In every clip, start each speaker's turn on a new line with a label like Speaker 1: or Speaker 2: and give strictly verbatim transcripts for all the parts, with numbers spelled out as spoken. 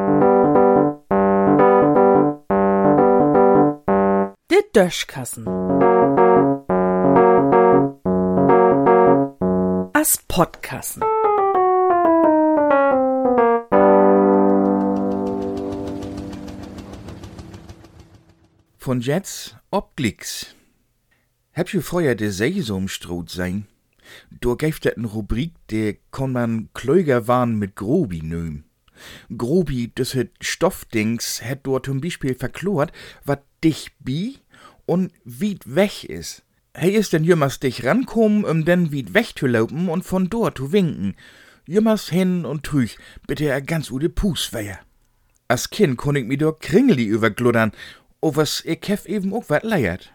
Speaker 1: De Döschkassen. As Podkassen.
Speaker 2: Von jetzt ob Glicks. Hab je vorher de Sesamstrut sein? Da gäft dat n Rubrik, de kann man klüger warn mit Grobi nöm. Grobi, das het Stoffdings, het dort zum Beispiel verklort, wat dich bi und weit weg is. He is denn jümmers dich rankommen, um denn weit weg zu laufen und von dort zu winken. Jümmers hin und trüch, bitte er ganz ude Pus wär. As Kind konn ich mi do Kringeli übergluddern, o was ich hef eben auch wat leiert.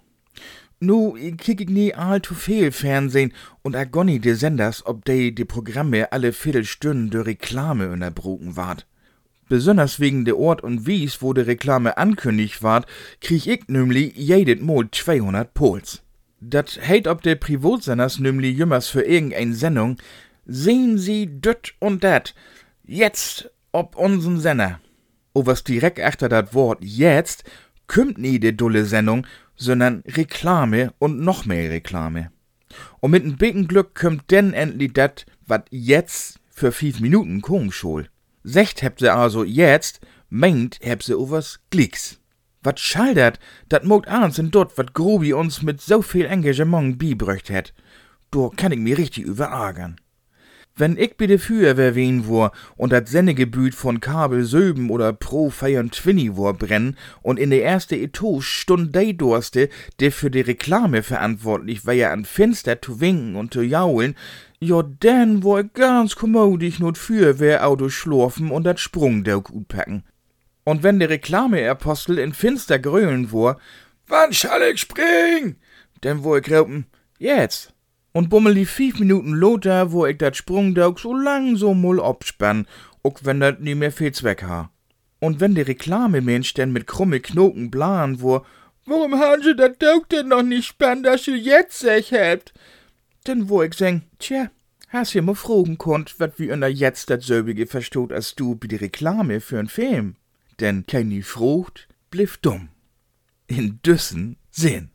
Speaker 2: Nu, ich kick ich nie allzu viel Fernsehen und a gonni de Senders, ob de de Programme alle Viertelstunden de Reklame unterbrochen ward. Besonders wegen de Ort und Wies, wo de Reklame ankündigt ward, krieg ich nämlich jedes Mal zweihundert Puls. Dat heit ob de Privatsenders nämlich jümmers für irgendein Sendung, sehen Sie düt und dat, jetzt ob unseren Sender. O was direkt achter dat Wort jetzt, kümmt nie de dulle Sendung, sondern Reklame und noch mehr Reklame. Und mit n bicken Glück kümmt denn endlich dat, wat jetzt für fünf Minuten kommen schol. Secht hebt se also jetzt, meint heb se o was Glicks. Wat schaldert, dat mogt ahns in dort, wat Grobi uns mit so viel Engagement bibröcht het. Do kann ich mir richtig überärgern. Wenn ich bei de Feuerwehr wen wor und dat Sendegebüt von Kabel Söben oder Pro vierundzwanzig wor brennen und in der erste Etage stund dei Durste, der für die Reklame verantwortlich war, ja an Fenster zu winken und zu jaulen, ja, dann wor ich ganz kommodisch not Feuerwehrauto schlurfen und dat Sprungdauk utpacken. Und wenn der Reklameapostel in Finster grölen wor, wann schall ich spring? Dann wor ich raupen, jetzt. Und bummel die fünf Minuten loter, wo ich dat Sprungdauk so langsam mal abspann, auch wenn dat nie mehr viel Zweck ha. Und wenn der Reklamemensch denn mit krumme Knoken blahen, wo, warum haben sie dat Dauk denn noch nicht spann, dass ihr jetzt sech habt? Denn wo ich seng, tja, hast ja mal fragen konnt, wat wie unter jetzt dat selbige verstoht als du bei der Reklame für n Film. Denn kein nie frucht, bliff dumm. In Düssen Sinn.